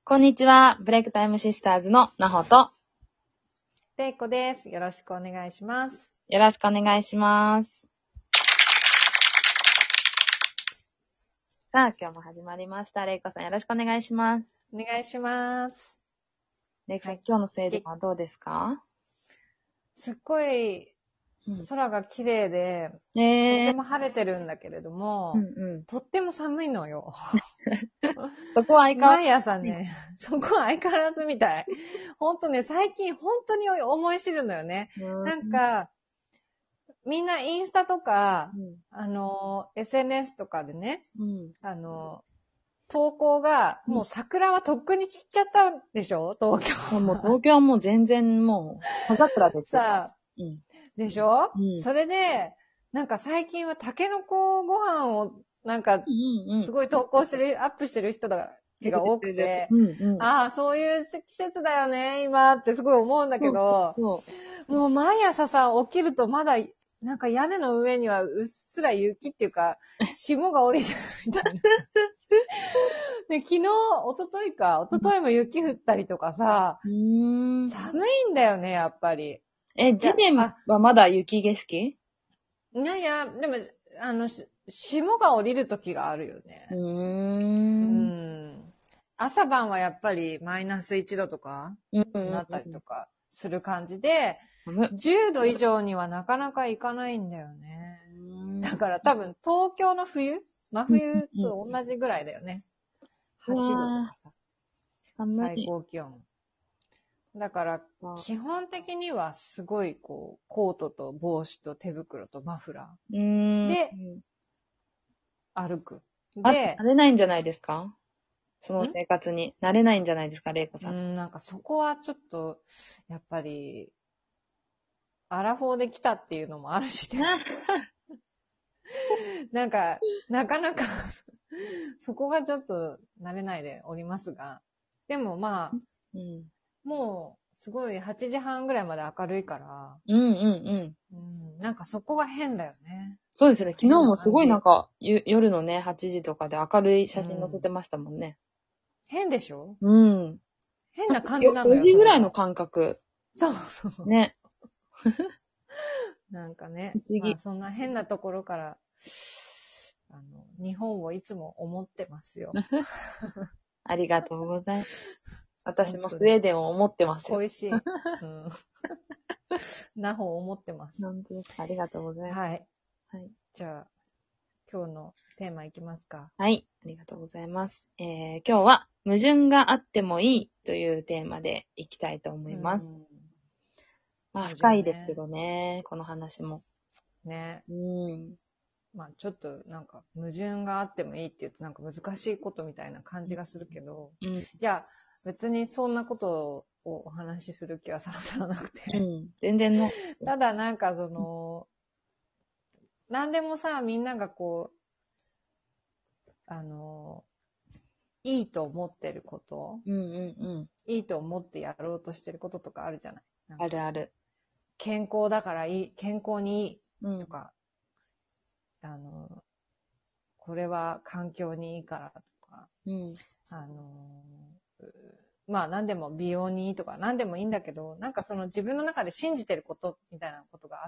こんにちは。ブレイクタイムシスターズのなほと、 れいこです。よろしくお願いします。 よろしくお願いします。さあ、今日も始まりました。れいこさんよろしくお願いします。 お願いします。 れいこさん、 はい今日のせいではどうですか？ すっごい空が綺麗で、とっても晴れてるんだけれども、とっても寒いのよ。 そこは相変わら毎朝ね、そこは相変わらずみたい。ほんとね、最近本当に思い知るのよね。 ず。 なんか、みんなインスタとか、SNS とかでね、投稿が、もう桜はとっくに散っちゃったんでしょ東京は。 もう東京はもう全然もう、葉桜ですよ。 さあ、でしょ、それで、なんか最近はタケノコご飯を、なんか、すごい投稿してる、アップしてる人たちが多くて、ああ、そういう季節だよね、今ってすごい思うんだけど、もう毎朝さ、起きるとまだ、なんか屋根の上にはうっすら雪っていうか、霜が降りてるみたいな。で、昨日、一昨日も雪降ったりとかさ、寒いんだよね、やっぱり。 地面はまだ雪景色？ いやいや、でも、霜が降りる時があるよね。朝晩はやっぱりマイナス1度とか、なったりとかする感じで、10度以上にはなかなかいかないんだよね。だから多分東京の冬、真冬と同じぐらいだよね。8度とかさ。最高気温。だから、基本的にはすごいこう、コートと帽子と手袋とマフラーで、歩く。 で、慣れないんじゃないですか？その生活に。慣れないんじゃないですか、れいこさん。 なんかそこはちょっと、やっぱり、アラフォーで来たっていうのもあるし、なんか、なかなかそこがちょっと慣れないでおりますが、でもまあ、もう、すごい8時半ぐらいまで明るいから、なんかそこが変だよね。 そうですよね。昨日もすごいなんか、夜のね、8時とかで明るい写真載せてましたもんね。 変でしょ？ 変な感じなのよ。 4時ぐらいの感覚。 そう。 ね。 なんかね。 不思議。 まあそんな変なところから、日本をいつも思ってますよ。 ありがとうございます。私もスウェーデンを思ってますよ。 恋しい。なほを思ってます。 本当ですか。ありがとうございます。 はい。じゃあ、今日のテーマいきますか。 はい。ありがとうございます。今日は、矛盾があってもいいというテーマでいきたいと思います。まあ、深いですけどね、この話も。 ね。まあ、ちょっとなんか、矛盾があってもいいって言うとなんか難しいことみたいな感じがするけど、いや、別にそんなことをお話しする気はさらさらなくて。 全然の。 ただなんかなんでもさ、みんながこう、いいと思ってること、いいと思ってやろうとしてることとかあるじゃない。 あるある。 健康だからいい、健康にいいとか、これは環境にいいからとか、まあ何でも美容にいいとか何でもいいんだけど、なんかその自分の中で信じてることみたいなことがあって。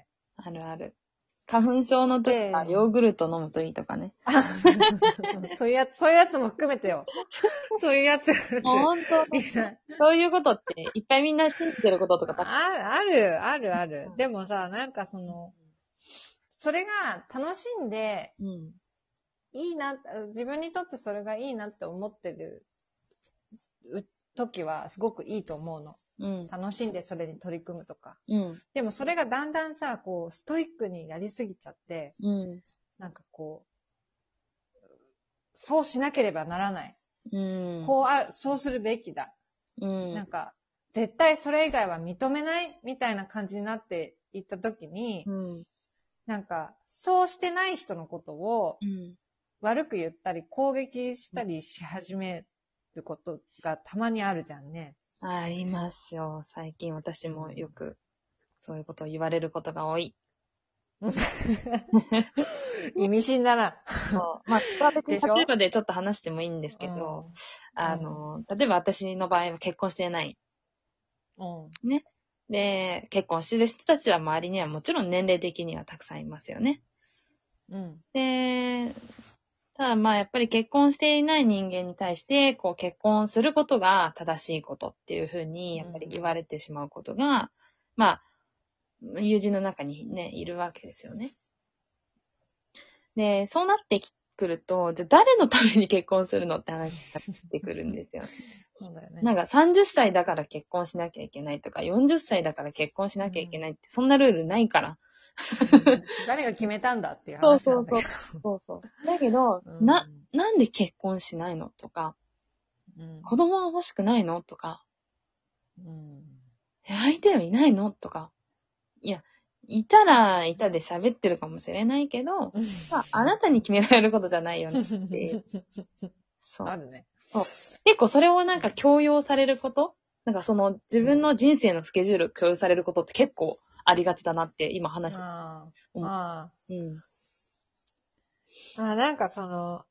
あるある。花粉症の時はヨーグルト飲むといいとかね。 そういうやつも含めてよ。そういうやつ。 本当そういうことっていっぱいみんな信じてることとかある。でもさ、なんかそれが楽しんで、いいな、自分にとってそれがいいなって思ってる時はすごくいいと思うの。楽しんでそれに取り組むとか。でもそれがだんだんさ、こう、ストイックにやりすぎちゃって、なんかこう、そうしなければならない。そうするべきだ。なんか、絶対それ以外は認めないみたいな感じになっていった時に、なんか、そうしてない人のことを、悪く言ったり攻撃したりし始めることがたまにあるじゃんね。 ありますよ。最近私もよくそういうことを言われることが多い。 意味深だな。 そう。まあ、これは別にでしょ例えばでちょっと話してもいいんですけど、例えば私の場合は結婚してない。ね。で、結婚してる人たちは周りにはもちろん年齢的にはたくさんいますよね。で、ただまあやっぱり結婚していない人間に対して、こう結婚することが正しいことっていうふうにやっぱり言われてしまうことが、まあ、友人の中にね、いるわけですよね。で、そうなってくると、じゃあ誰のために結婚するのって話になってくるんですよ。 そうだよね。 なんか30歳だから結婚しなきゃいけないとか、40歳だから結婚しなきゃいけないって、そんなルールないから。 誰が決めたんだっていうそう話なんだけど。 そうそう。だけど、なんで結婚しないのとか、子供は欲しくないのとか、相手はいないのとか、いや、いたらいたで喋ってるかもしれないけど、まあ、あなたに決められることじゃないよねっていう。そう。 あるね。 そう。結構それをなんか強要されること、なんかその自分の人生のスケジュール共有されることって結構ありがちだなって今話して思う。 なんかその、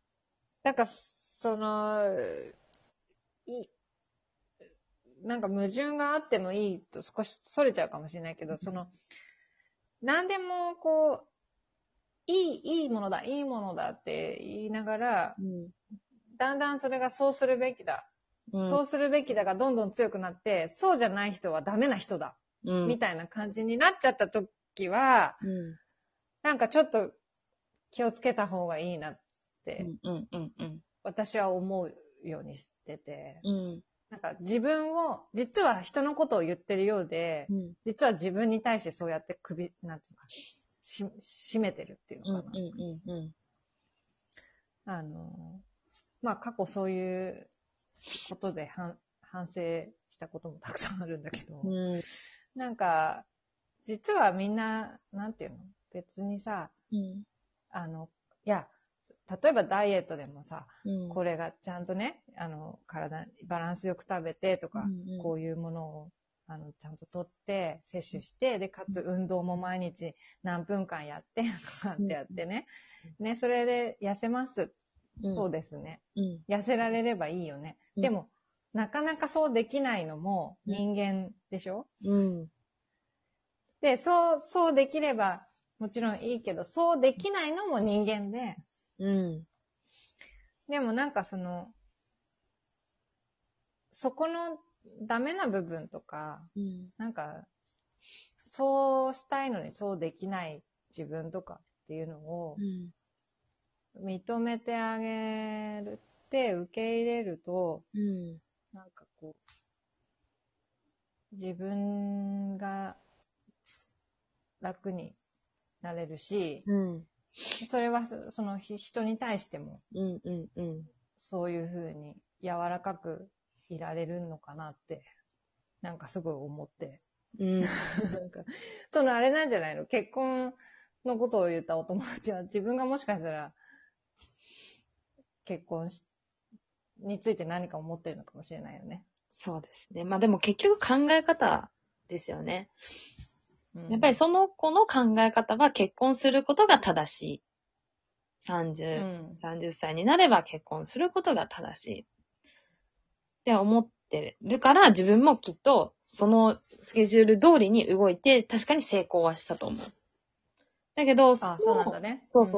なんか矛盾があってもいいと少し逸れちゃうかもしれないけど、何でもこう、いいものだって言いながら、だんだんそれがそうするべきだ。そうするべきだがどんどん強くなって、そうじゃない人はダメな人だ。みたいな感じになっちゃった時は、なんかちょっと気をつけた方がいいなって、私は思うようにしてて、なんか自分を、実は人のことを言ってるようで、実は自分に対してそうやってなんていうか、締めてるっていうのかな。まあ過去そういうことで反省したこともたくさんあるんだけど、なんか、実はみんな、なんていうの別にさ、いや、例えばダイエットでもさ、これがちゃんとね、体、バランスよく食べてとか、こういうものを、ちゃんと取って、摂取して、で、かつ運動も毎日何分間やって、とかってやってね。ね、それで痩せます。そうですね。痩せられればいいよね。でも、なかなかそうできないのも人間でしょ？で、そうできればもちろんいいけど、そうできないのも人間で、でもなんかそこのダメな部分とか、なんか、そうしたいのにそうできない自分とかっていうのを、認めてあげるって受け入れると、なんかこう、自分が楽になれるし、それはその人に対しても、そういう風に柔らかくいられるのかなって、なんかすごい思って。なんかあれなんじゃないの？結婚のことを言ったお友達は自分がもしかしたら結婚について何か思ってるのかもしれないよね。 そうですね。まあでも結局考え方ですよね。やっぱりその子の考え方は結婚することが正しい。30歳になれば結婚することが正しい。って思ってるから自分もきっとそのスケジュール通りに動いて確かに成功はしたと思う。だけど、 そうなんだね。 そう。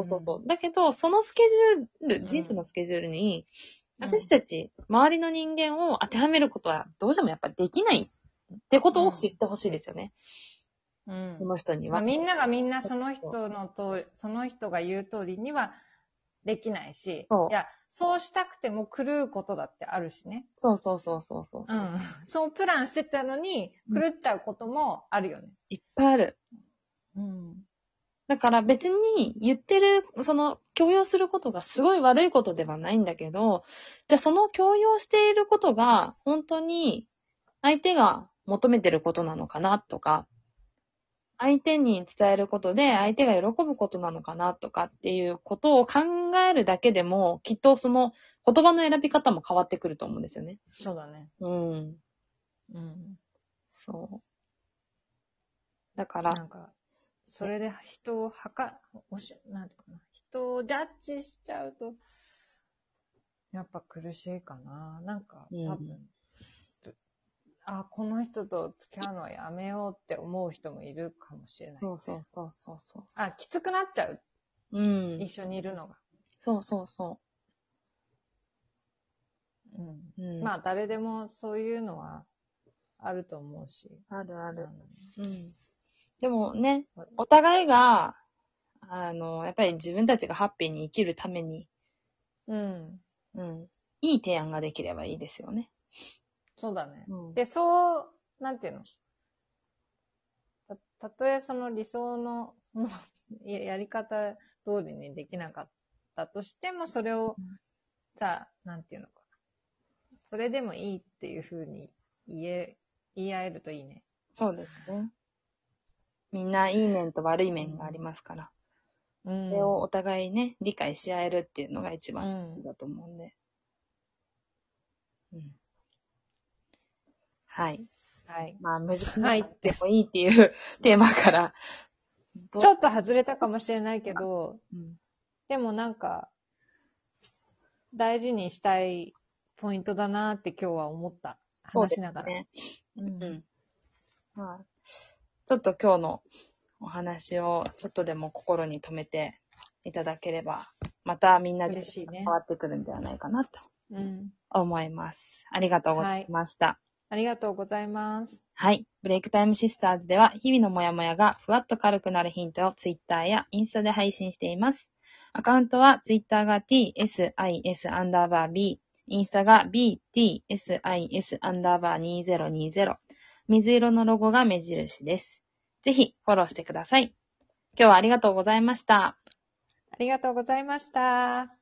だけど、そのスケジュール、人生のスケジュールに、私たち、周りの人間を当てはめることはどうしてもやっぱりできないってことを知ってほしいですよね。その人には。 みんながみんなその人が言う通りにはできないし、いや、そうしたくても狂うことだってあるしね。 そう。 そうプランしてたのに狂っちゃうこともあるよね。 いっぱいある。だから別に言ってる、強要することがすごい悪いことではないんだけど、じゃあその強要していることが本当に相手が求めてることなのかなとか、相手に伝えることで相手が喜ぶことなのかなとかっていうことを考えるだけでも、きっとその言葉の選び方も変わってくると思うんですよね。 そうだね。 そう。だから、 なんか、 それで人をなんていうかな、人をジャッジしちゃうと、やっぱ苦しいかな。なんか、多分、この人と付き合うのはやめようって思う人もいるかもしれない、ね。 そうそうそうそうそう。 きつくなっちゃう。 うん。 一緒にいるのが。 そうそうそう。まあ、誰でもそういうのはあると思うし。 あるある。でもね、お互いが、やっぱり自分たちがハッピーに生きるために、いい提案ができればいいですよね。 そうだね。で、そう、なんていうの？たとえその理想のやり方通りにできなかったとしても、それを、なんていうのかな。それでもいいっていう風に言い合えるといいね。 そうですね。みんないい面と悪い面がありますから。それをお互いね、理解し合えるっていうのが一番いいだと思うんで。はい。 はい。 まあ、無事になってもいいっていうテーマから。 ちょっと外れたかもしれないけど、でもなんか、大事にしたいポイントだなって今日は思った。話しながら。 まあ、ちょっと今日のお話をちょっとでも心に留めていただければ、またみんな自身が変わってくるんではないかなと思います。ありがとうございました。 ありがとうございます。 はい。ブレイクタイムシスターズでは日々のモヤモヤがふわっと軽くなるヒントをツイッターやインスタで配信しています。アカウントはツイッターが tsis_b、インスタが btsis_2020。水色のロゴが目印です。ぜひフォローしてください。今日はありがとうございました。 ありがとうございました。